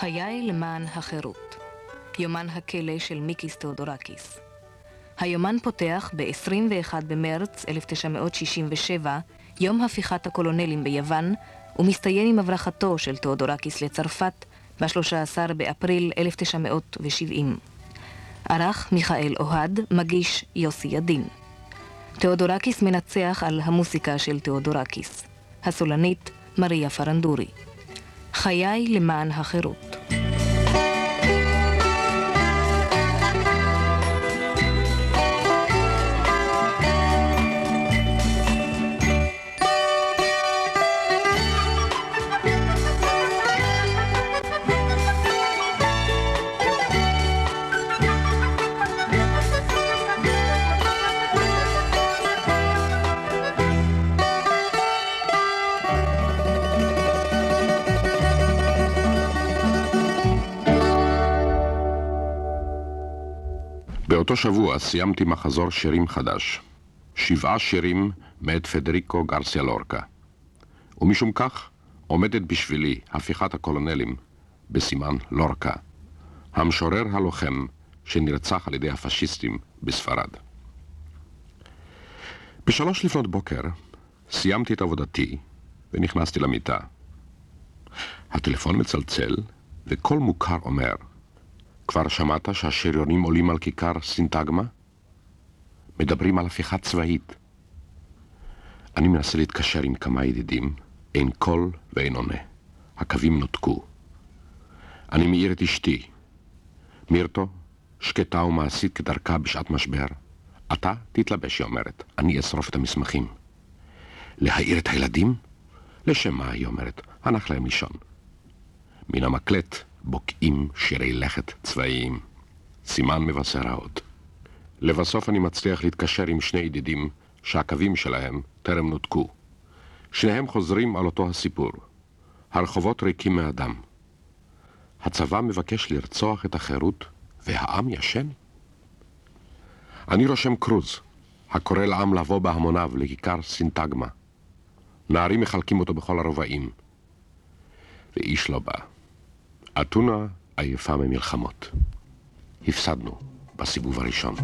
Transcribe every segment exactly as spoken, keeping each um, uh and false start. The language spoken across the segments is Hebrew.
חיי למען החירות. יומן הכלא של מיקיס תאודורקיס. היומן פותח ב-עשרים ואחד במרץ אלף תשע מאות שישים ושבע, יום הפיכת הקולונלים ביוון, ומסתיים עם הברחתו של תאודורקיס לצרפת ב-שלושה עשר באפריל אלף תשע מאות שבעים. ערך מיכאל אוהד, מגיש יוסי ידין. תאודורקיס מנצח על המוסיקה של תאודורקיס. הסולנית מריה פרנדורי. חיי למען החירות. באותו שבוע סיימתי מחזור שירים חדש, שבעה שירים מאת פדריקו גרסיה לורקה. ומשום כך עומדת בשבילי הפיכת הקולונלים בסימן לורקה, המשורר הלוחם שנרצח על ידי הפשיסטים בספרד. בשלוש לפנות בוקר סיימתי את עבודתי ונכנסתי למיטה. הטלפון מצלצל וקול מוכר אומר, כבר שמעת שהשריונים עולים על כיכר סינטגמה? מדברים על הפיכה צבאית. אני מנסה להתקשר עם כמה ידידים, אין קול ואין עונה. הקווים נותקו. אני מעיר את אשתי. מירטו, שקטה ומעשית כדרכה בשעת משבר. אתה תתלבש, היא אומרת. אני אשרוף את המסמכים. להעיר את הילדים? לשם מה, היא אומרת. הנח להם לישון. מן המקלט בוקעים שירי לכת צבאיים. סימן מבשר העוד. לבסוף אני מצליח להתקשר עם שני ידידים שהקווים שלהם טרם נותקו. שניהם חוזרים על אותו הסיפור. הרחובות ריקים מאדם. הצבא מבקש לרצוח את החירות והעם ישן. אני רושם קרוז, הקורא לעם לבוא בהמוניו לכיכר סינטגמה. נערים מחלקים אותו בכל הרובעים. ואיש לא בא. אתונה עייפה ממלחמות. הפסדנו בסיבוב הראשון.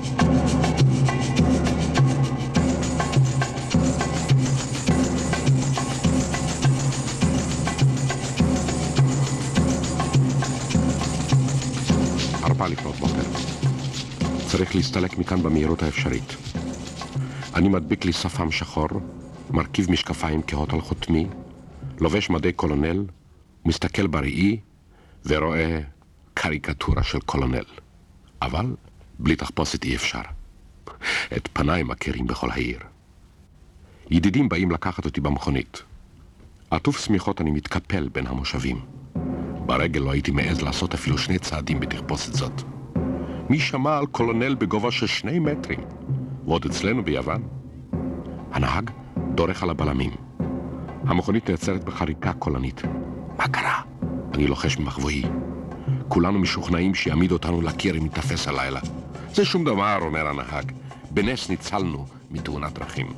ארבע לפנות בוקר. צריך להסתלק מכאן במהירות האפשרית. אני מדביק לי שפם שחור, מרכיב משקפיים כהות על חותמי, לובש מדי קולונל, מסתכל בראי, ורואה קריקטורה של קולונל. אבל בלי תחפושת אי אפשר. את פניי מכירים בכל העיר. ידידים באים לקחת אותי במכונית. עטוף סמיכות אני מתקפל בין המושבים. ברגל לא הייתי מעז לעשות אפילו שני צעדים בתחפושת זאת. מי שמע על קולונל בגובה של שני מטרים? ועוד אצלנו ביוון. הנהג דורך על הבלמים. המכונית נעצרת בחריקה קולנית. מה קרה? אני לוחש ממחבואי. כולנו משוכנעים שיעמיד אותנו לקיר אם יתפס הלילה. זה שום דבר, אומר הנהג. בנס ניצלנו מתאונת דרכים.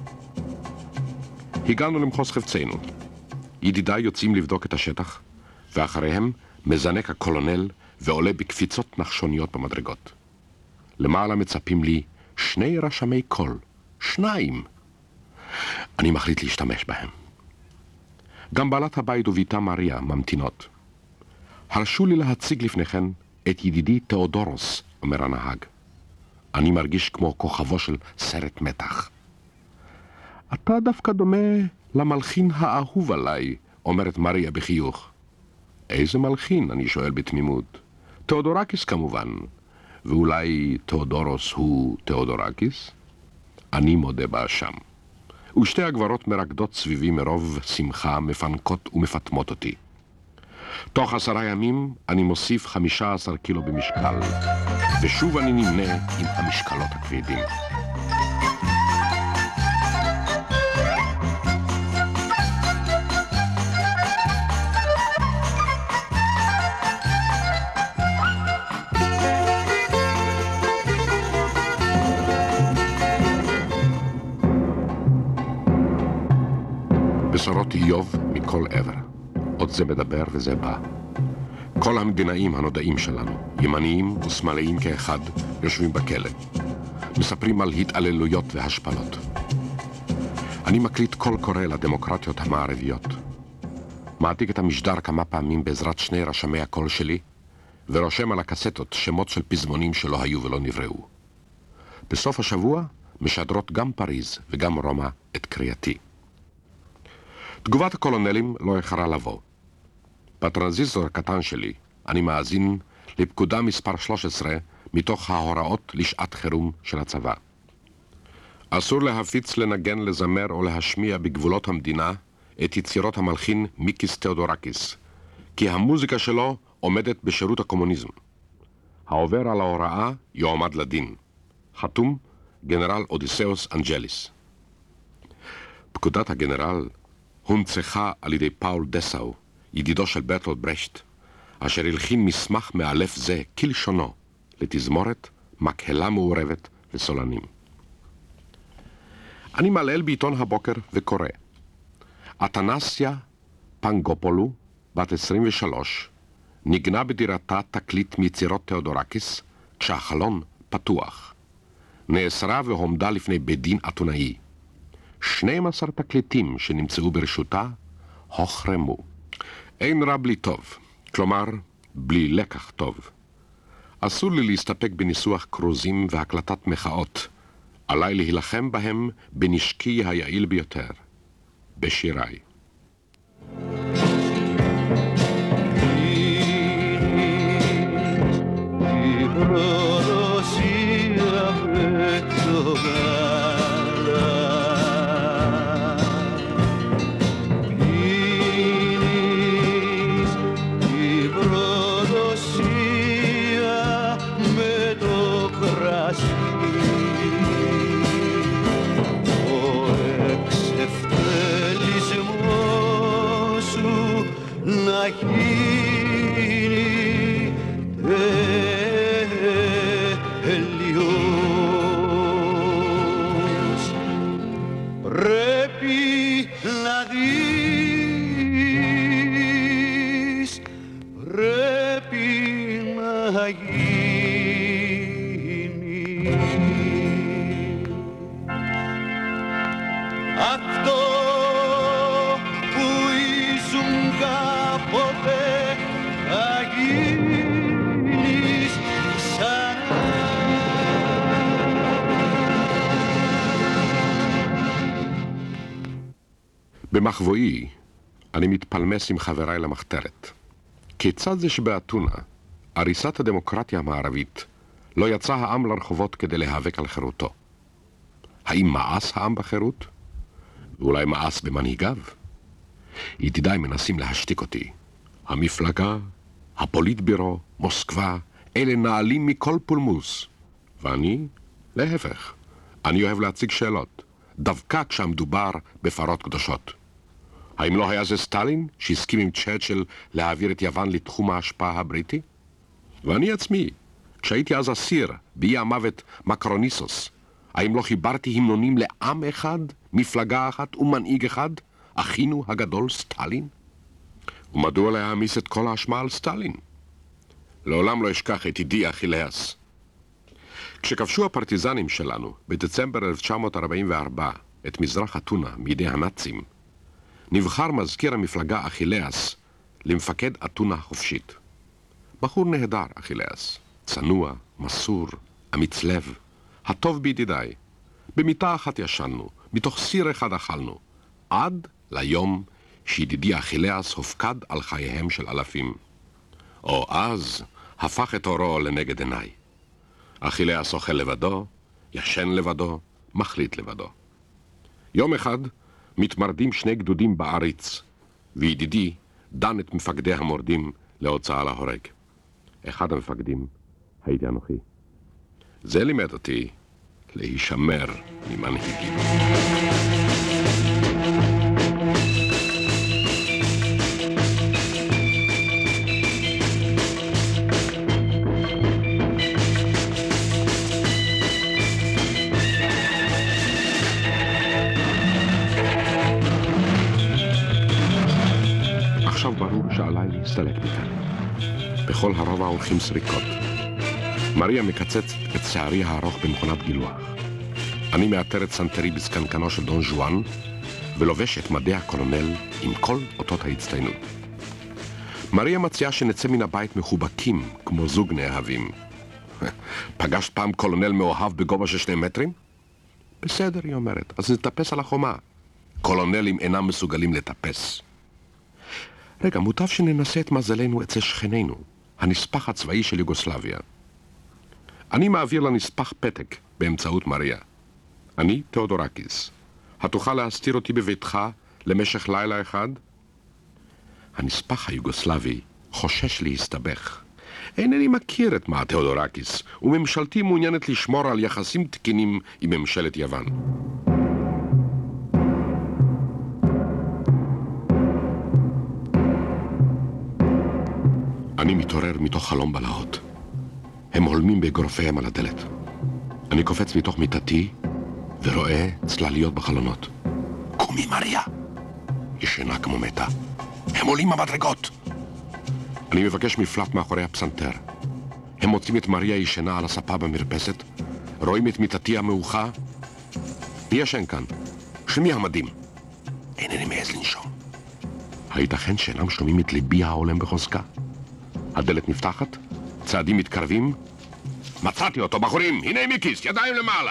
הגענו למחוז חפצנו. ידידיי יוצאים לבדוק את השטח, ואחריהם מזנק הקולונל ועולה בקפיצות נחשוניות במדרגות. למעלה מצפים לי שני רשמי קול. שניים. אני מחליט להשתמש בהם. גם בעלת הבית וביתה מריה ממתינות. הרשו לי להציג לפניכן את ידידי תאודורוס, אומר הנהג. אני מרגיש כמו כוכבו של סרט מתח. אתה דווקא דומה למלחין האהוב עליי, אומרת מריה בחיוך. איזה מלחין? אני שואל בתמימות. תאודורקיס כמובן. ואולי תאודורוס הוא תאודורקיס? אני מודה באשם. ושתי הגברות מרקדות סביבי מרוב שמחה, מפנקות ומפטמות אותי. תוך עשרה ימים אני מוסיף חמישה עשר קילו במשקל, ושוב אני נמנה עם המשקלות הכבדים. בשורות איוב מכל עבר. עוד זה מדבר וזה בא. כל המדינאים הנודעים שלנו, ימניים ושמאליים כאחד, יושבים בכלא. מספרים על התעללויות והשפלות. אני מקליט קול קורא לדמוקרטיות המערביות. מעתיק את המשדר כמה פעמים בעזרת שני רשמי הקול שלי, ורושם על הקסטות שמות של פזמונים שלא היו ולא נבראו. בסוף השבוע משדרות גם פריז וגם רומא את קריאתי. תגובת הקולונלים לא איחרה לבוא. בטרנזיסטור הקטן שלי אני מאזין לפקודה מספר שלוש עשרה מתוך ההוראות לשעת חירום של הצבא. אסור להפיץ, לנגן, לזמר או להשמיע בגבולות המדינה את יצירות המלחין מיקיס תיאודורקיס, כי המוזיקה שלו עומדת בשירות הקומוניזם. העובר על ההוראה יועמד לדין. חתום גנרל אודיסאוס אנג'ליס. פקודת הגנרל הונצחה על ידי פאול דסאו, ידידו של ברטולד ברכט, אשר הלחין מסמך מאלף זה כלשונו לתזמורת, מקהלה מעורבת וסולנים. אני מעלל בעיתון הבוקר וקורא. אתנסיה פנגופולו, בת עשרים ושלוש, נגנה בדירתה תקליט מיצירות תיאודורקיס כשהחלון פתוח. נאסרה והומדה לפני בית דין אתונאי. שנים עשר תקליטים שנמצאו ברשותה הוחרמו. אין רע בלי טוב, כלומר בלי לקח טוב. אסור לי להסתפק בניסוח קרוזים והקלטת מחאות. עליי להילחם בהם בנשקי היעיל ביותר, בשיריי. במחבואי אני מתפלמס עם חבריי למחתרת. כיצד זה שבאתונה, הריסת הדמוקרטיה המערבית, לא יצא העם לרחובות כדי להיאבק על חירותו? האם מאס העם בחירות? ואולי מאס במנהיגיו? ידידיי מנסים להשתיק אותי. המפלגה, הפוליטבירו, מוסקבה, אלה נעלים מכל פולמוס. ואני, להפך, אני אוהב להציג שאלות, דווקא כשהמדובר בפרות קדושות. האם לא היה זה סטלין שהסכים עם צ'רצ'יל להעביר את יוון לתחום ההשפעה הבריטי? ואני עצמי, כשהייתי אז אסיר באי המוות מקרוניסוס, האם לא חיברתי המנונים לעם אחד, מפלגה אחת ומנהיג אחד, אחינו הגדול סטלין? ומדוע להעמיס את כל האשמה על סטלין? לעולם לא אשכח את ידי אכילאס. כשכבשו הפרטיזנים שלנו בדצמבר אלף תשע מאות ארבעים וארבע את מזרח אתונה מידי הנאצים, נבחר מזכיר המפלגה אכילאס למפקד אתונה חופשית. בחור נהדר אכילאס, צנוע, מסור, אמיץ לב, הטוב בידידיי. במיטה אחת ישנו, מתוך סיר אחד אכלנו, עד ליום שידידי אכילאס הופקד על חייהם של אלפים. או אז הפך את אורו לנגד עיניי. אכילאס אוכל לבדו, ישן לבדו, מחליט לבדו. יום אחד מתמרדים שני גדודים בעריץ, וידידי דן את מפקדי המורדים להוצאה להורג. אחד המפקדים הייתי אנוכי. זה לימד אותי להישמר ממנהיגים. עכשיו ברור שעליי להסתלק מכאן. בכל הרובע הולכים סריקות. מריה מקצצת את שערי הארוך במכונת גילוח. אני מאתר את סנטרי בסקנקנו של דון ז'ואן, ולובש את מדי הקולונל עם כל אותות ההצטיינות. מריה מציעה שנצא מן הבית מחובקים כמו זוג נאהבים. פגשת פעם קולונל מאוהב בגובה של שני מטרים? בסדר, היא אומרת, אז נטפס על החומה. קולונלים אינם מסוגלים לטפס. רגע, מוטב שננסה את מזלנו אצל שכנינו, הנספח הצבאי של יוגוסלביה. אני מעביר לנספח פתק באמצעות מריה. אני תאודורקיס. התוכל להסתיר אותי בביתך למשך לילה אחד? הנספח היוגוסלבי חושש להסתבך. אינני מכיר את מה תאודורקיס, וממשלתי מעוניינת לשמור על יחסים תקינים עם ממשלת יוון. אני מתעורר מתוך חלום בלהות. הם הולמים באגרופיהם על הדלת. אני קופץ מתוך מיטתי ורואה צלליות בחלונות. קומי מריה! ישנה כמו מתה. הם עולים במדרגות. אני מבקש מפלט מאחורי הפסנתר. הם מוצאים את מריה ישנה על הספה במרפסת, רואים את מיטתי המאוחה. מי ישן כאן? של מי המדים? אינני מעז לנשום. הייתכן שאינם שומעים את ליבי העולם בחוזקה? הדלת נפתחת, צעדים מתקרבים. מצאתי אותו, בחורים! הנה מיקיס, ידיים למעלה!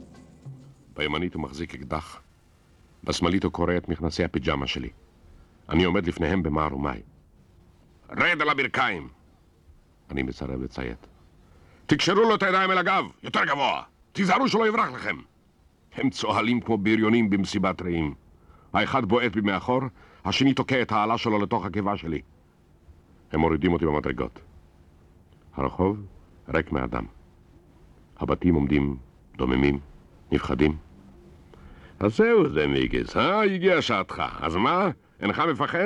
בימנית הוא מחזיק אקדח. בשמאלית הוא קורא את מכנסי הפיג'מה שלי. אני עומד לפניהם במער ומאי. רד על הברכיים! אני מסרב לציית. תקשרו לו את הידיים אל הגב, יותר גבוה! תיזהרו שלא יברח לכם! הם צוהלים כמו בריונים במסיבת רעים. האחד בועט בי מאחור, השני תוקע את העלה שלו לתוך הקיבה שלי. הם מורידים אותי במדרגות. הרחוב ריק מאדם. הבתים עומדים דוממים, נפחדים. אז זהו זה מיקיס, אה? הגיע שעתך. אז מה? אינך מפחד?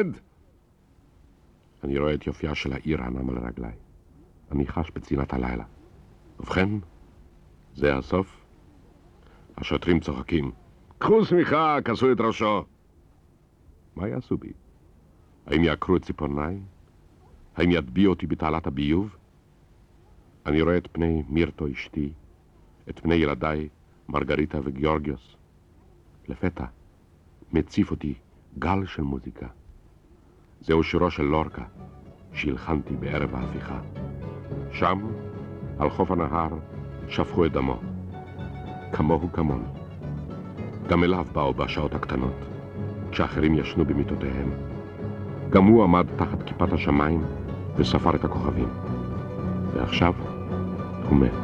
אני רואה את יופייה של העיר הנם על רגליי. אני חש בצילת הלילה. ובכן, זה הסוף. השוטרים צוחקים. קחו סמיכה, כסו את ראשו. מה יעשו בי? האם יעקרו את ציפורניי? האם יטביעו אותי בתעלת הביוב? אני רואה את פני מירטו אשתי, את פני ילדיי, מרגריטה וגיאורגיוס. לפתע מציף אותי גל של מוזיקה. זהו שירו של לורקה, שהלחנתי בערב ההפיכה. שם, על חוף הנהר, שפכו את דמו. כמוהו כמון. גם אליו באו בשעות הקטנות, כשאחרים ישנו במיטותיהם. גם הוא עמד תחת כיפת השמיים וספר את הכוכבים. ועכשיו הוא מת.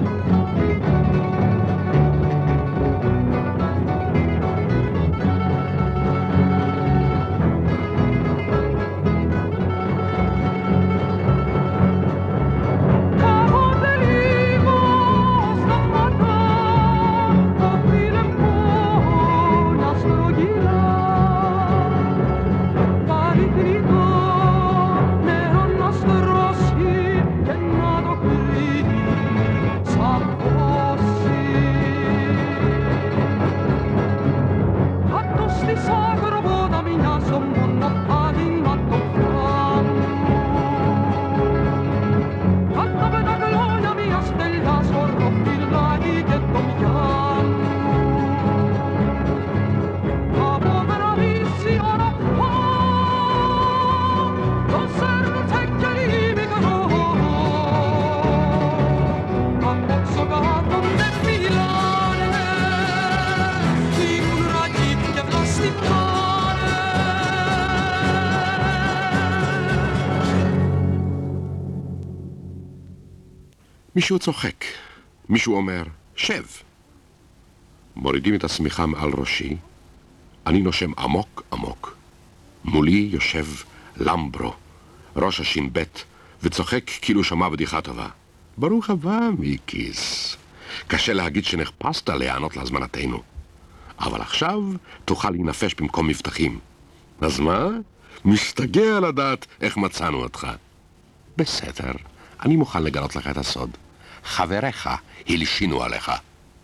מישהו צוחק, מישהו אומר, שב. מורידים את השמיכה מעל ראשי, אני נושם עמוק עמוק. מולי יושב למברו, ראש השין בית, וצוחק כאילו שמע בדיחה טובה. ברוך הבא, מיקיס. קשה להגיד שנחפשת להיענות להזמנתנו. אבל עכשיו תוכל להינפש במקום מבטחים. אז מה? משתגע לדעת איך מצאנו אותך. בסדר, אני מוכן לגלות לך את הסוד. חבריך הלשינו עליך.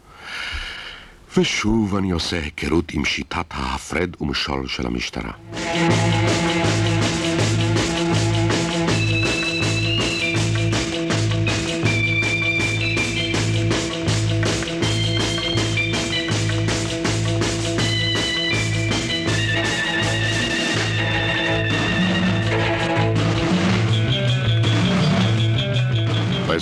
ושוב אני עושה היכרות עם שיטת ההפרד ומשול של המשטרה.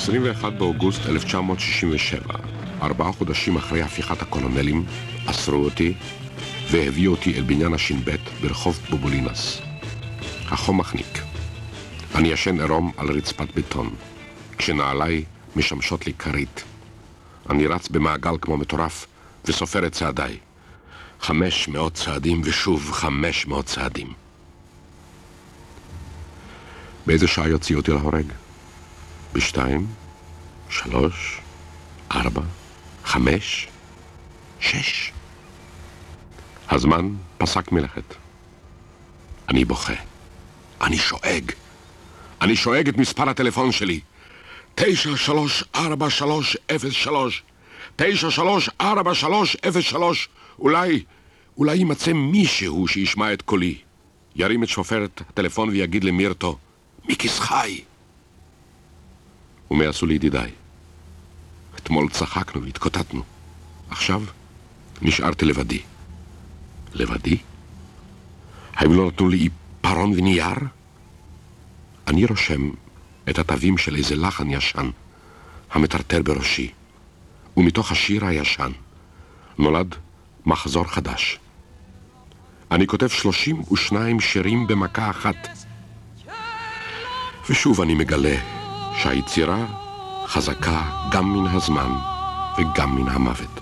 ב-עשרים ואחד באוגוסט אלף תשע מאות שישים ושבע, ארבעה חודשים אחרי הפיכת הקולונלים, אסרו אותי והביאו אותי אל בניין הש"ב ברחוב בובולינס. החום מחניק. אני ישן עירום על רצפת בטון, כשנעליי משמשות לי כרית. אני רץ במעגל כמו מטורף וסופר את צעדיי. חמש מאות צעדים ושוב חמש מאות צעדים. באיזה שעה יוציא אותי להורג? בשתיים, שלוש, ארבע, חמש, שש. הזמן פסק מלכת. אני בוכה. אני שואג. אני שואג את מספר הטלפון שלי. תשע שלוש ארבע שלוש אפס שלוש. תשע שלוש ארבע שלוש אפס שלוש. אולי, אולי יימצא מישהו שישמע את קולי. ירים את שופרת הטלפון ויגיד למירטו, מיקיס חי. ומה עשו לידידיי? אתמול צחקנו והתקוטטנו. עכשיו נשארתי לבדי. לבדי? האם לא נתנו לי עיפרון ונייר? אני רושם את התווים של איזה לחן ישן המטרטר בראשי, ומתוך השיר הישן נולד מחזור חדש. אני כותב שלושים ושניים שירים במכה אחת, ושוב אני מגלה שהיצירה חזקה גם מן הזמן וגם מן המוות.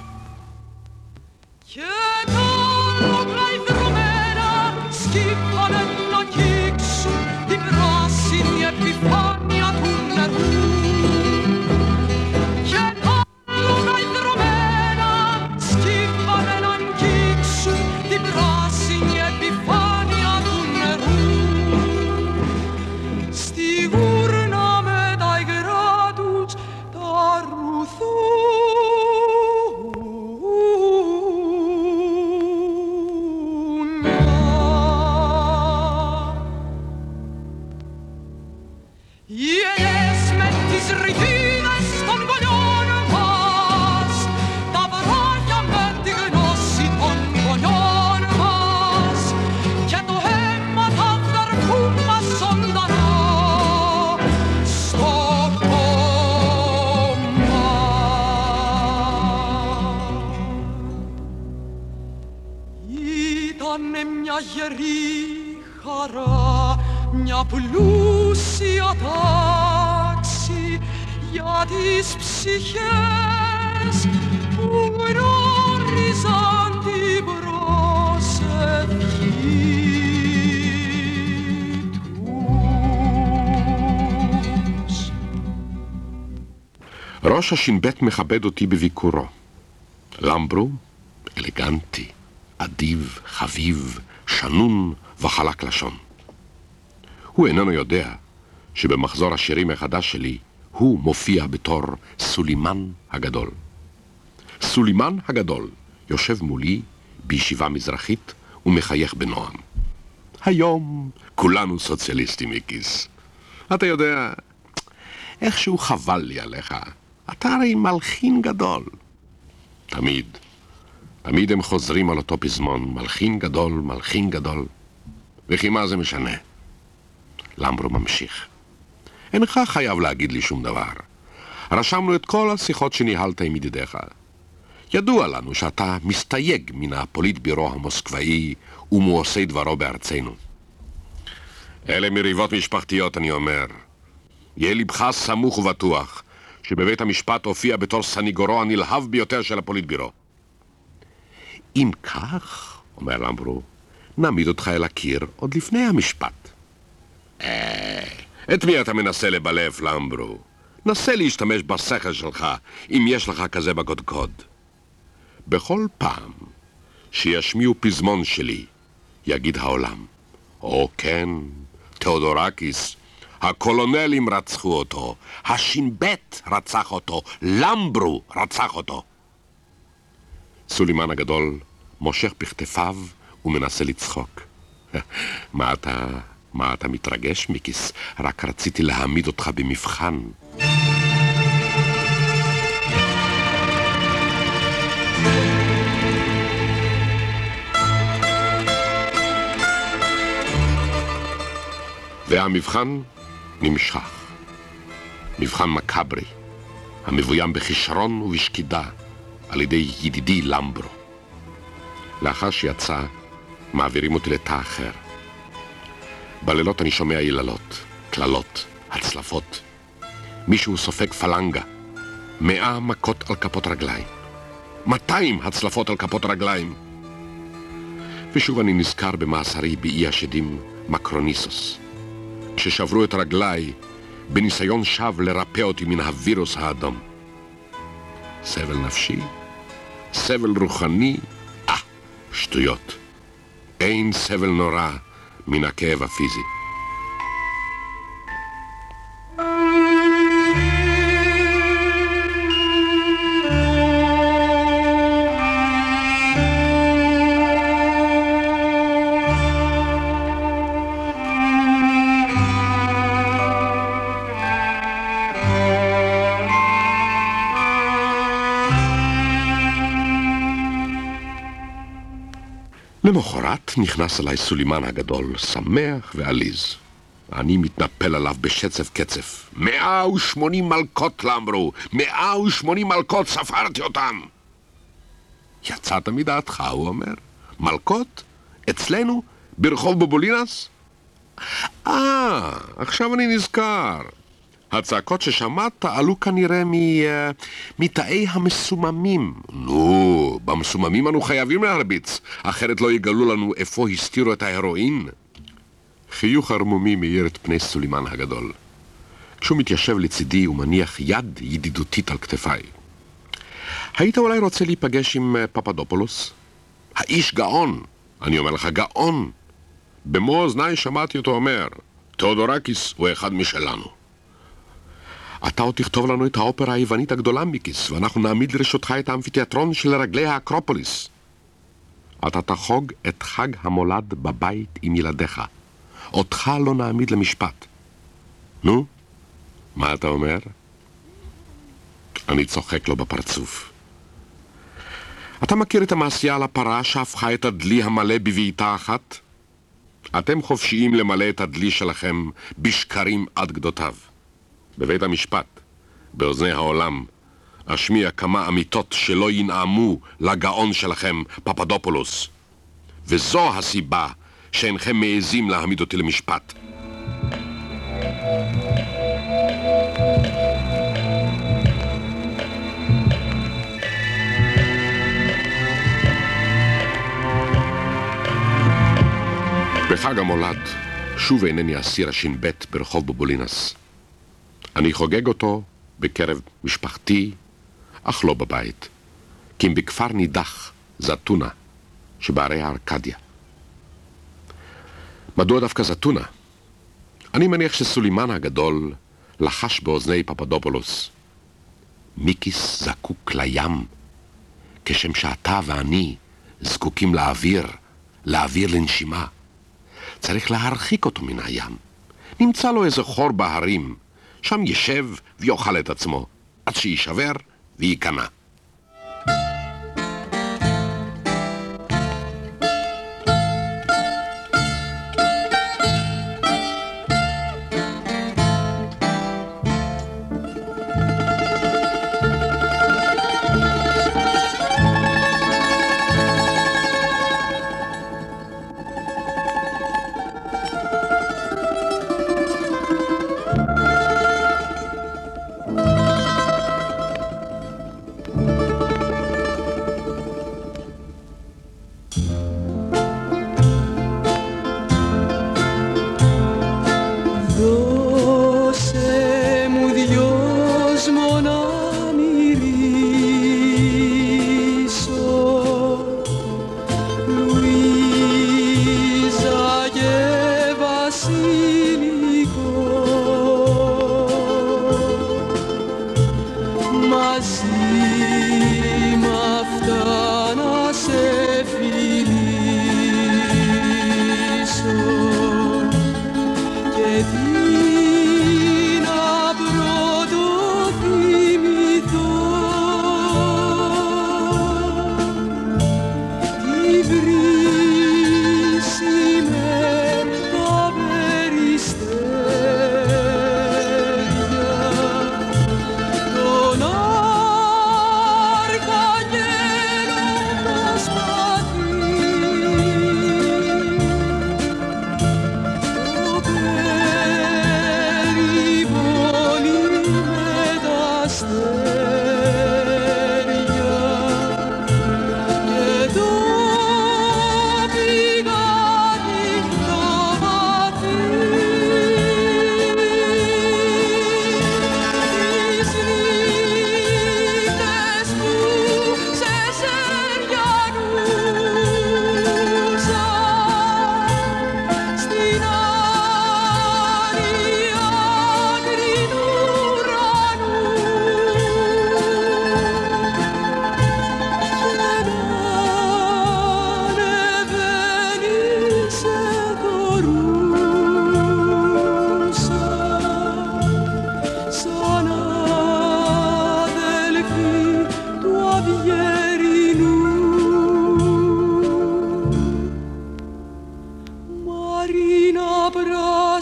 ראש הש"ב מכבד אותי בביקורו. למברו, אלגנטי, אדיב, חביב, שנון וחלק לשון. הוא איננו יודע שבמחזור השירים החדש שלי הוא מופיע בתור סולימן הגדול. סולימן הגדול יושב מולי בישיבה מזרחית ומחייך בנועם. היום כולנו סוציאליסטים, מיקיס. אתה יודע, איכשהו חבל לי עליך. אתה הרי מלחין גדול. תמיד, תמיד הם חוזרים על אותו פזמון, מלחין גדול, מלחין גדול. וכי מה זה משנה? למברו ממשיך. אינך חייב להגיד לי שום דבר. רשמנו את כל השיחות שניהלת עם ידידיך. ידוע לנו שאתה מסתייג מן הפוליטבירו המוסקבאי ומעושי דברו בארצנו. אלה מריבות משפחתיות, אני אומר. יהיה לבך סמוך ובטוח שבבית המשפט הופיע בתור סניגורו הנלהב ביותר של הפוליטבירו. אם כך, אומר למברו, נעמיד אותך אל הקיר עוד לפני המשפט. אה, את מי אתה מנסה לבלף, למברו? נסה להשתמש בשכל שלך, אם יש לך כזה בקודקוד. בכל פעם שישמיעו פזמון שלי, יגיד העולם, או כן, תאודורקיס, הקולונלים רצחו אותו, הש"ב רצח אותו, למברו רצח אותו. סולימן הגדול מושך בכתפיו ומנסה לצחוק. מה אתה, מה אתה מתרגש, מיקיס? רק רציתי להעמיד אותך במבחן. והמבחן נמשך. מבחן מקאברי. המבוים בכישרון ובשקידה על ידי ידידי למברו. לאחר שיצא, מעבירים אותי לתא אחר. בלילות אני שומע יללות, כללות, הצלפות. מישהו סופג פלנגה, מאה מכות על כפות רגליים, מאתיים הצלפות על כפות רגליים. ושוב אני נזכר במאסרי באי השדים מקרוניסוס, כששברו את רגליי בניסיון שווא לרפא אותי מן הווירוס האדום. סבל נפשי, סבל רוחני, אה, שטויות. אין סבל נורא מן הכאב הפיזי. למחרת נכנס אליי סולימן הגדול, שמח ועליז. אני מתנפל עליו בשצף קצף. מאה ושמונים מלכות למברו, מאה ושמונים מלכות, ספרתי אותם. יצאת מדעתך, הוא אומר. מלכות? אצלנו? ברחוב בובולינס? אה, עכשיו אני נזכר. הצעקות ששמעת עלו כנראה מ... מתאי המסוממים. נו, במסוממים אנו חייבים להרביץ, אחרת לא יגלו לנו איפה הסתירו את ההרואין. חיוך הרמומי מאיר את פני סולימן הגדול. כשהוא מתיישב לצידי ומניח יד ידידותית על כתפיי. היית אולי רוצה להיפגש עם פפדופולוס? האיש גאון, אני אומר לך גאון. במו אוזניי שמעתי אותו אומר, תאודורקיס הוא אחד משלנו. אתה עוד תכתוב לנו את האופרה היוונית הגדולה, מיקיס, ואנחנו נעמיד לרשותך את האמפיתיאטרון של רגלי האקרופוליס. אתה תחוג את חג המולד בבית עם ילדיך. אותך לא נעמיד למשפט. נו, מה אתה אומר? אני צוחק לו בפרצוף. אתה מכיר את המעשייה על הפרה שהפכה את הדלי המלא בבעיטה אחת? אתם חופשיים למלא את הדלי שלכם בשקרים עד גדותיו. בבית המשפט, באוזני העולם, אשמיע כמה אמיתות שלא ינעמו לגאון שלכם, פפדופולוס. וזו הסיבה שאינכם מעזים להעמיד אותי למשפט. בחג המולד, שוב אינני אסיר השין בית ברחוב בובולינס. אני חוגג אותו בקרב משפחתי, אך לא בבית, כי אם בכפר נידח, זטונה, שבערי הארקדיה. מדוע דווקא זטונה? אני מניח שסולימן הגדול לחש באוזני פפדופולוס. מיקיס זקוק לים, כשם שאתה ואני זקוקים לאוויר, לאוויר לנשימה. צריך להרחיק אותו מן הים. נמצא לו איזה חור בהרים, שם ישב ויאכל את עצמו, עד שישבר ויקנה.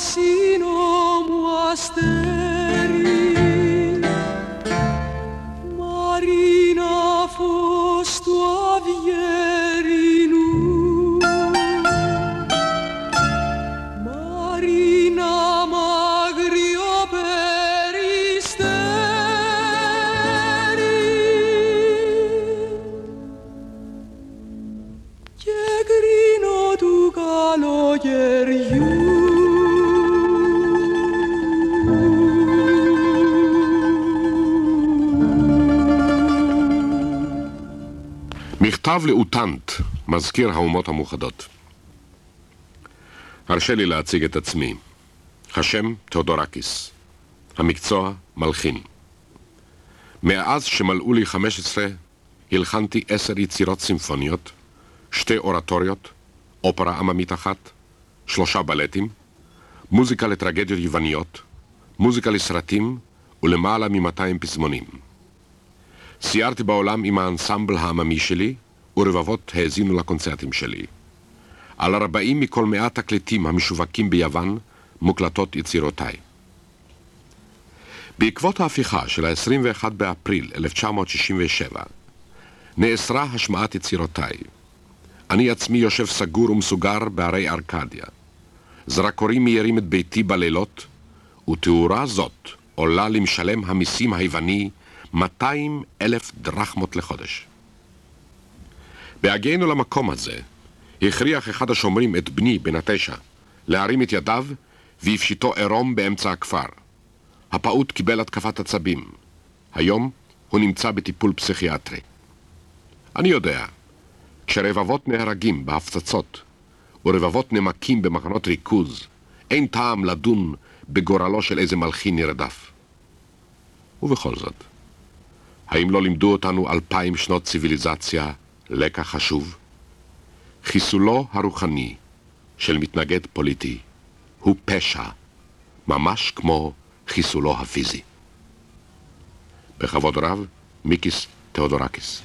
πράσινο μου αστέρι, Μαρίνα φως του αυγερινού, Μαρίνα μαγριό περιστέρι και γκρίνο του καλοκαιριού. מכתב לאוטנט, מזכיר האומות המאוחדות. הרשה לי להציג את עצמי. השם תאודורקיס. המקצוע מלחין. מאז שמלאו לי חמש עשרה, הלחנתי עשר יצירות סימפוניות, שתי אורטוריות, אופרה עממית אחת, שלושה בלטים, מוזיקה לטרגדיות יווניות, מוזיקה לסרטים ולמעלה מ-מאתיים פזמונים. סיירתי בעולם עם האנסמבל העממי שלי, ורבבות האזינו לקונצרטים שלי. על ארבעים מכל מאה תקליטים המשווקים ביוון מוקלטות יצירותיי. בעקבות ההפיכה של ה-עשרים ואחד באפריל אלף תשע מאות שישים ושבע נאסרה השמעת יצירותיי. אני עצמי יושב סגור ומסוגר בערי ארקדיה. זרקורים מיירים את ביתי בלילות, ותאורה זאת עולה למשלם המיסים היווני מאתיים אלף דרחמות לחודש. בהגיענו למקום הזה, הכריח אחד השומרים את בני בן התשע להרים את ידיו והפשיטו עירום באמצע הכפר. הפעוט קיבל התקפת עצבים. היום הוא נמצא בטיפול פסיכיאטרי. אני יודע, כשרבבות נהרגים בהפצצות ורבבות נמקים במחנות ריכוז, אין טעם לדון בגורלו של איזה מלחין נרדף. ובכל זאת, האם לא לימדו אותנו אלפיים שנות ציוויליזציה לקח חשוב? חיסולו הרוחני של מתנגד פוליטי הוא פשע, ממש כמו חיסולו הפיזי. בכבוד רב, מיקיס תאודורקיס.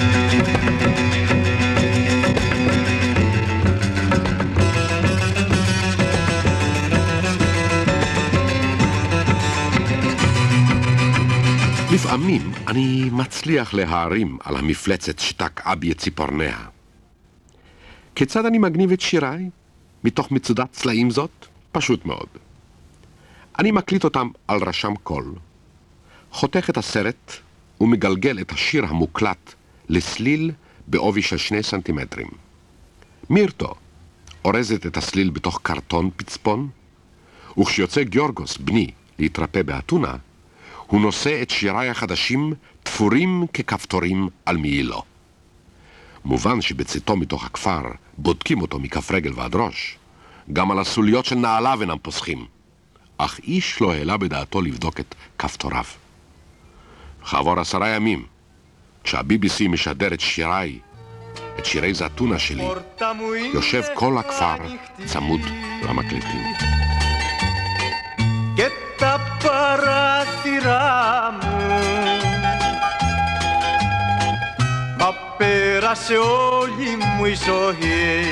לפעמים אני מצליח להערים על המפלצת שתקעה בי את ציפורניה. כיצד אני מגניב את שיריי? מתוך מצודת צלעים זאת? פשוט מאוד. אני מקליט אותם על רשם קול, חותך את הסרט ומגלגל את השיר המוקלט לסליל בעובי של שני סנטימטרים. מירטו אורזת את הסליל בתוך קרטון פצפון, וכשיוצא גיורגוס, בני, להתרפא באתונה, הוא נושא את שיריי החדשים תפורים ככפתורים על מעילו. מובן שבצאתו מתוך הכפר בודקים אותו מכף רגל ועד ראש. גם על הסוליות של נעליו אינם פוסחים. אך איש לא העלה בדעתו לבדוק את כפתוריו. כעבור עשרה ימים, כשה-בי בי סי משדר את שיריי, את שירי זאטונה שלי, יושב כל הכפר צמוד למקליטים. Τα παράθυρά μου μα πέρασε όλη μου η ζωή,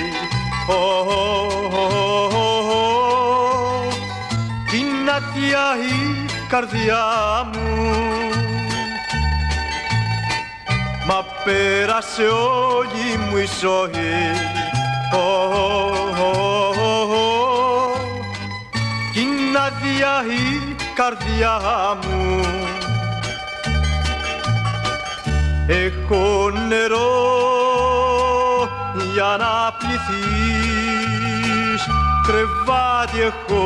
την άδεια η καρδιά μου μα πέρασε όλη μου η ζωή, την άδεια η καρδιά μου. Έχω νερό για να πληθείς, κρεβάτι έχω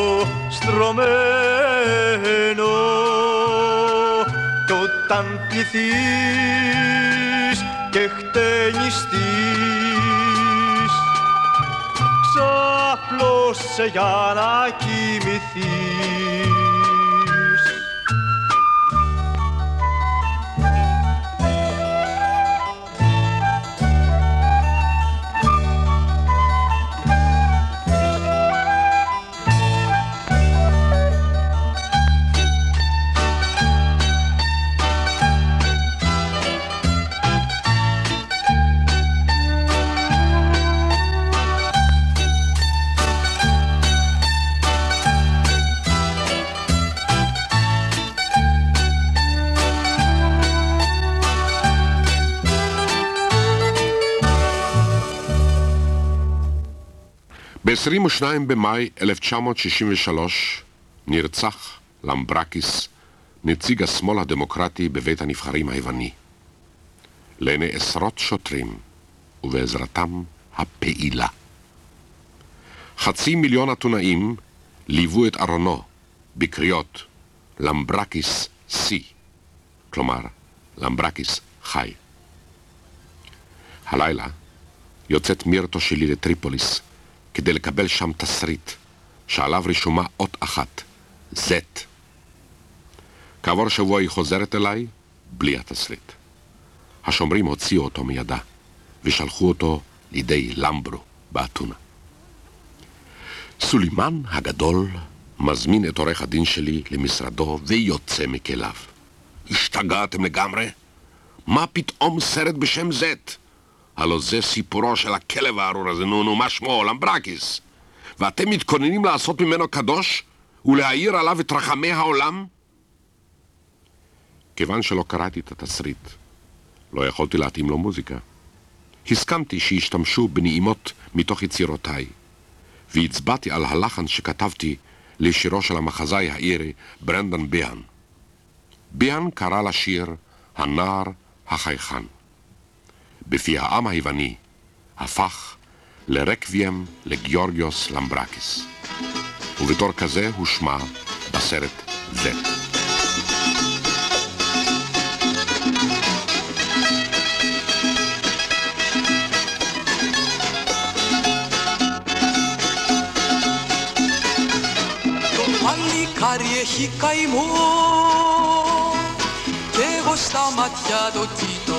στρωμένο, κι όταν πληθείς και χτενιστείς, ξαπλώσε για να κοιμηθείς. ב-עשרים ושניים במאי אלף תשע מאות שישים ושלוש נרצח למברקיס, נציג השמאל הדמוקרטי בבית הנבחרים היווני. לעיני עשרות שוטרים ובעזרתם הפעילה. חצי מיליון אתונאים ליוו את ארונו בקריאות למברקיס סי, כלומר למברקיס חי. הלילה יוצאת מירתו שלי לטריפוליס כדי לקבל שם תסריט שעליו רשומה אות אחת, זט. כעבור שבוע היא חוזרת אליי בלי התסריט. השומרים הוציאו אותו מידה ושלחו אותו לידי למברו באתונה. סולימן הגדול מזמין את עורך הדין שלי למשרדו ויוצא מכליו. השתגעתם לגמרי? מה פתאום סרט בשם זט? הלא זה סיפורו של הכלב הארור הזה, נו נו, מה שמו? למברקיס. ואתם מתכוננים לעשות ממנו קדוש ולהעיר עליו את רחמי העולם? כיוון שלא קראתי את התסריט, לא יכולתי להתאים לו מוזיקה. הסכמתי שישתמשו בנעימות מתוך יצירותיי, והצבעתי על הלחן שכתבתי לשירו של המחזאי האירי ברנדן ביאן. ביאן קרא לשיר הנער החייכן. בפי העם היווני הפך לרקוויאם לגיאורגיוס למברקיס, ובתור כזה הושמע בסרט זט. Παλικάρι έχει καημό κι εγώ στα μάτια το κοιτώ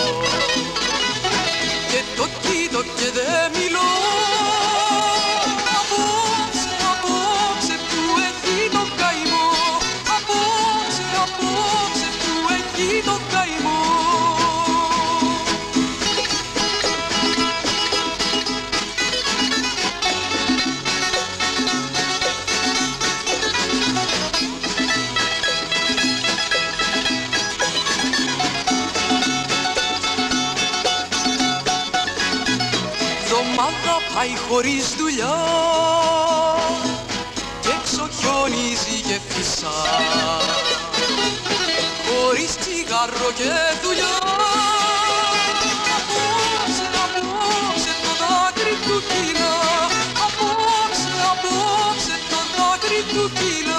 και το κοιτώ και δεν μιλώ. Απόψε, απόψε που έχει το καημό, απόψε, απόψε που έχει το καημό. Πάει χωρίς δουλειά και έξω χιονίζει και φυσά, χωρίς τσιγάρο και δουλειά. Απόψε, απόψε το δάκρυ του κύλα, απόψε, απόψε το δάκρυ του κύλα.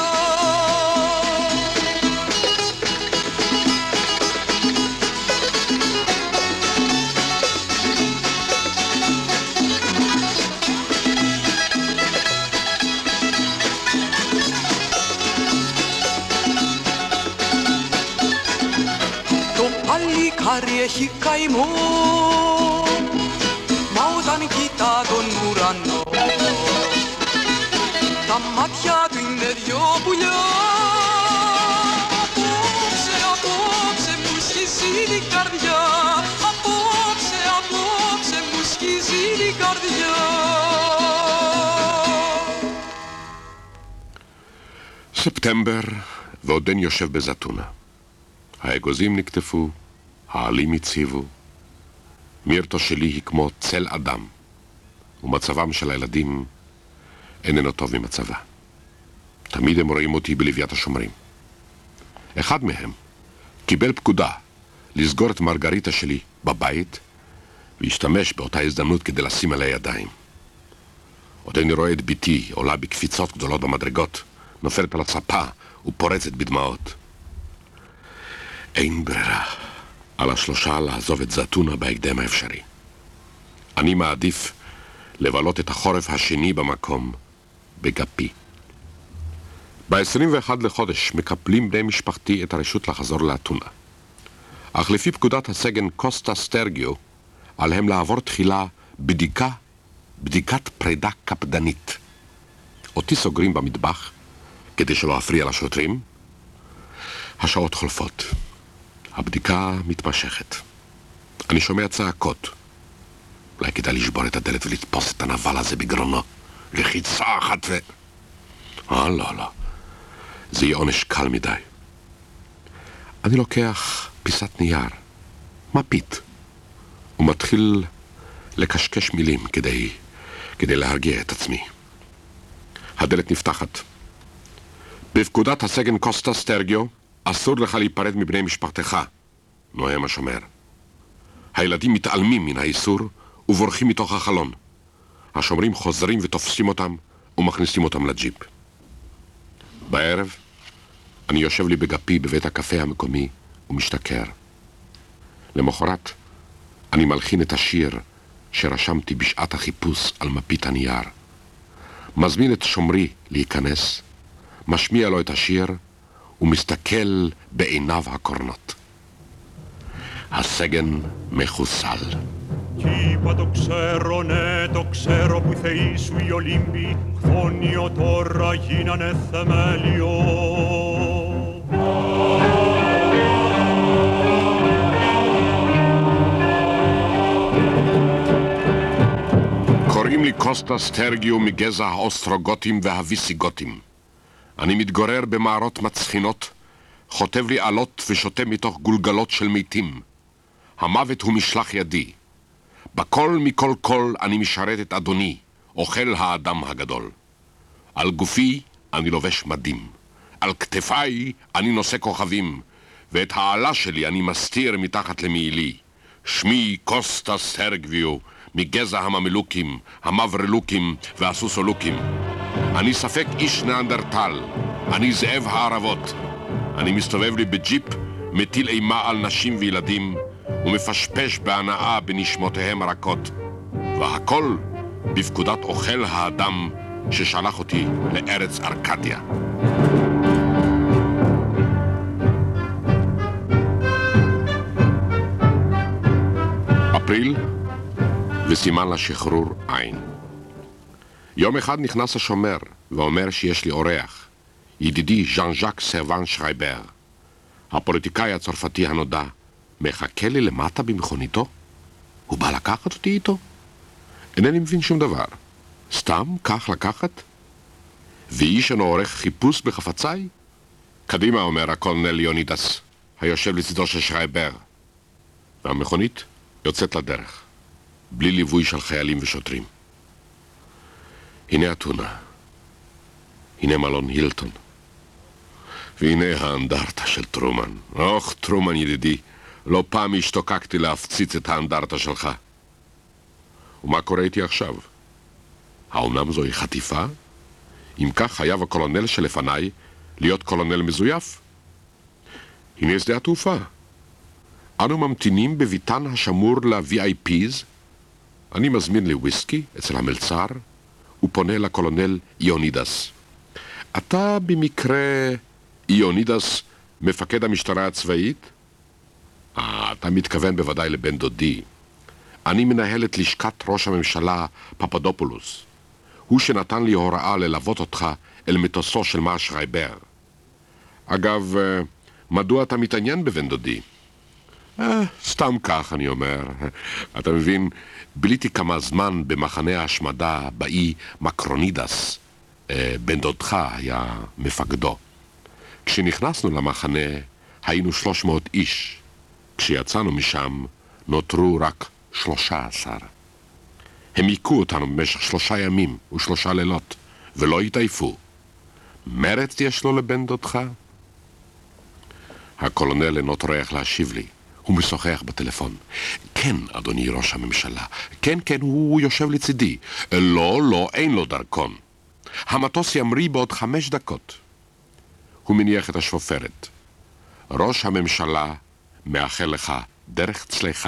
Παλικάρι έχει καημό, μα όταν κοιτά τον ουρανό τα μάτια του είναι δυο πουλιά. Απόψε, απόψε μου σκίζει την καρδιά, απόψε, απόψε μου σκίζει την καρδιά. ספטמבר ועודן יושב בזתונה. האגוזים נקטפו, העלים הציבו. מירתו שלי היא כמו צל אדם, ומצבם של הילדים איננו טוב ממצבה. תמיד הם רואים אותי בלוויית השומרים. אחד מהם קיבל פקודה לסגור את מרגריטה שלי בבית, והשתמש באותה הזדמנות כדי לשים עליה ידיים. עוד אני רואה את ביתי עולה בקפיצות גדולות במדרגות, נופלת על הצפה ופורצת בדמעות. אין ברירה. על השלושה לעזוב את זתונה בהקדם האפשרי. אני מעדיף לבלות את החורף השני במקום, בגפי. ב-עשרים ואחד לחודש מקפלים בני משפחתי את הרשות לחזור לאתונה. אך לפי פקודת הסגן קוסטה סטרגיו, עליהם לעבור תחילה בדיקה, בדיקת פרידה קפדנית. אותי סוגרים במטבח כדי שלא אפריע לשוטרים. השעות חולפות. הבדיקה מתמשכת. אני שומע צעקות. אולי כדאי לשבור את הדלת ולתפוס את הנבל הזה בגרונו. לחיצה אחת ו... אה, לא, לא. זה יהיה עונש קל מדי. אני לוקח פיסת נייר, מפית, ומתחיל לקשקש מילים כדי, כדי להרגיע את עצמי. הדלת נפתחת. בפקודת הסגן קוסטה סטרגיו, אסור לך להיפרד מבני משפחתך, נוהם השומר. הילדים מתעלמים מן האיסור ובורחים מתוך החלון. השומרים חוזרים ותופסים אותם ומכניסים אותם לג'יפ. בערב אני יושב לי בגפי בבית הקפה המקומי ומשתכר. למחרת אני מלחין את השיר שרשמתי בשעת החיפוש על מפית הנייר. מזמין את שומרי להיכנס, משמיע לו את השיר ומסתכל בעיניו הקורנות. הסגן מחוסל. Είπα το ξέρω, ναι το ξέρω που οι θεοί σου οι Ολύμποι χθόνιο τώρα γίνανε θεμέλιο. קוראים לי קוסטה סטרגיו מגזע האוסטרוגותים והוויסיגותים. אני מתגורר במערות מצחינות, חוטב לי עלות ושותה מתוך גולגלות של מתים. המוות הוא משלח ידי. בכל מכל כל אני משרת את אדוני, אוכל האדם הגדול. על גופי אני לובש מדים, על כתפיי אני נושא כוכבים, ואת העלה שלי אני מסתיר מתחת למעילי. שמי קוסטה סטרגיו, מגזע הממלוקים, המברלוקים והסוסולוקים. אני ספק איש נאנדרטל, אני זאב הערבות. אני מסתובב לי בג'יפ, מטיל אימה על נשים וילדים, ומפשפש בהנאה בנשמותיהם הרכות. והכל בפקודת אוכל האדם ששלח אותי לארץ ארקדיה. אפריל וסימן לשחרור עין. יום אחד נכנס השומר ואומר שיש לי אורח, ידידי ז'אן ז'אק סרואן שרייבר. הפוליטיקאי הצרפתי הנודע מחכה לי למטה במכוניתו. הוא בא לקחת אותי איתו? אינני מבין שום דבר. סתם כך לקחת? ואיש אינו עורך חיפוש בחפציי? קדימה, אומר הקולונל ליאונידס, היושב לצדו של שרייבר. והמכונית יוצאת לדרך, בלי ליווי של חיילים ושוטרים. הנה אתונה, הנה מלון הילטון, והנה האנדרטה של טרומן. אוח, טרומן ידידי, לא פעם השתוקקתי להפציץ את האנדרטה שלך. ומה קורה איתי עכשיו? האומנם זוהי חטיפה? אם כך חייב הקולונל שלפניי להיות קולונל מזויף. הנה שדה התעופה. אנו ממתינים בביתן השמור ל-וי איי פיז. אני מזמין לי וויסקי אצל המלצר ופונה לקולונל איונידס. אתה במקרה איונידס מפקד המשטרה הצבאית? אה, אתה מתכוון בוודאי לבן דודי. אני מנהל את לשכת ראש הממשלה פפדופולוס. הוא שנתן לי הוראה ללוות אותך אל מטוסו של מר שרייבר. אגב, מדוע אתה מתעניין בבן דודי? אה, סתם כך, אני אומר. אתה מבין, ביליתי כמה זמן במחנה ההשמדה באי מקרונידס. בן דודך היה מפקדו. כשנכנסנו למחנה היינו שלוש מאות איש. כשיצאנו משם נותרו רק שלושה עשר. הם היכו אותנו במשך שלושה ימים ושלושה לילות, ולא התעייפו. מרץ יש לו לבן דודך? הקולונל אינו טורח להשיב לי. הוא משוחח בטלפון. כן, אדוני ראש הממשלה. כן, כן, הוא יושב לצידי. לא, לא, אין לו דרכון. המטוס ימריא בעוד חמש דקות. הוא מניח את השופרת. ראש הממשלה מאחל לך דרך צלחה.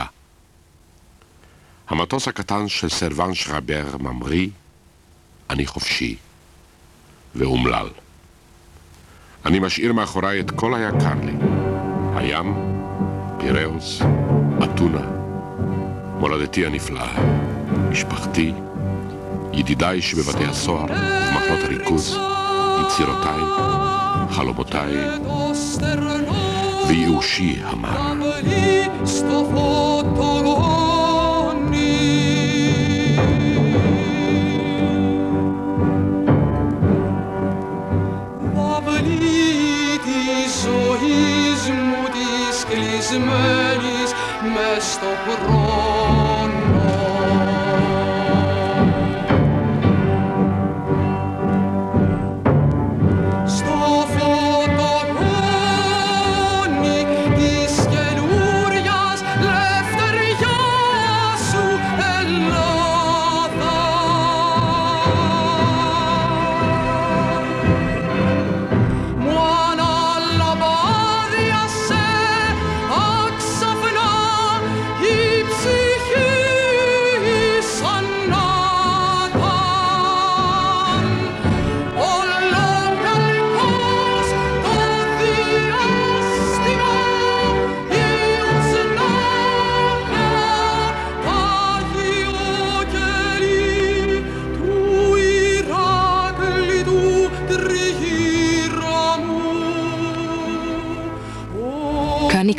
המטוס הקטן של סרואן שרייבר ממריא, אני חופשי ואומלל. אני משאיר מאחוריי את כל היקר לי. הים, פיראוס, אתונה, מולדתי הנפלאה, משפחתי, ידידיי שבבתי הסוהר ובמחנות הריכוז, יצירותיי, חלומותיי וייאושי המר. κλεισμένης μες στο χρόνο.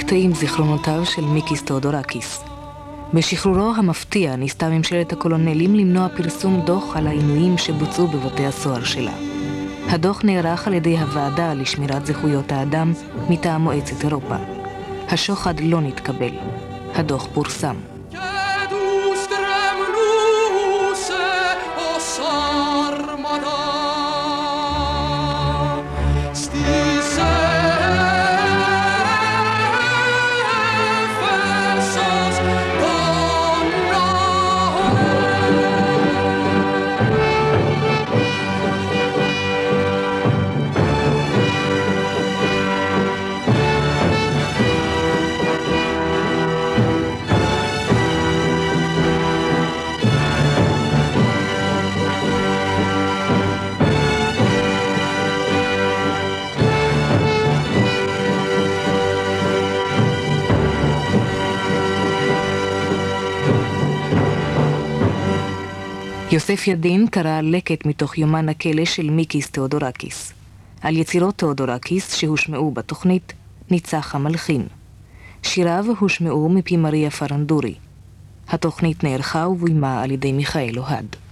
קטעים זיכרונותיו של מיקיס תאודורקיס. בשחרורו המפתיע ניסתה ממשלת הקולונלים למנוע פרסום דוח על העינויים שבוצעו בבתי הסוהר שלה. הדוח נערך על ידי הוועדה לשמירת זכויות האדם מטעם מועצת אירופה. השוחד לא נתקבל. הדוח פורסם. יוסף ידין קרא לקט מתוך יומן הכלא של מיקיס תאודורקיס. על יצירות תאודורקיס שהושמעו בתוכנית ניצח המלחין. שיריו הושמעו מפי מריה פרנדורי. התוכנית נערכה ובוימה על ידי מיכאל אוהד.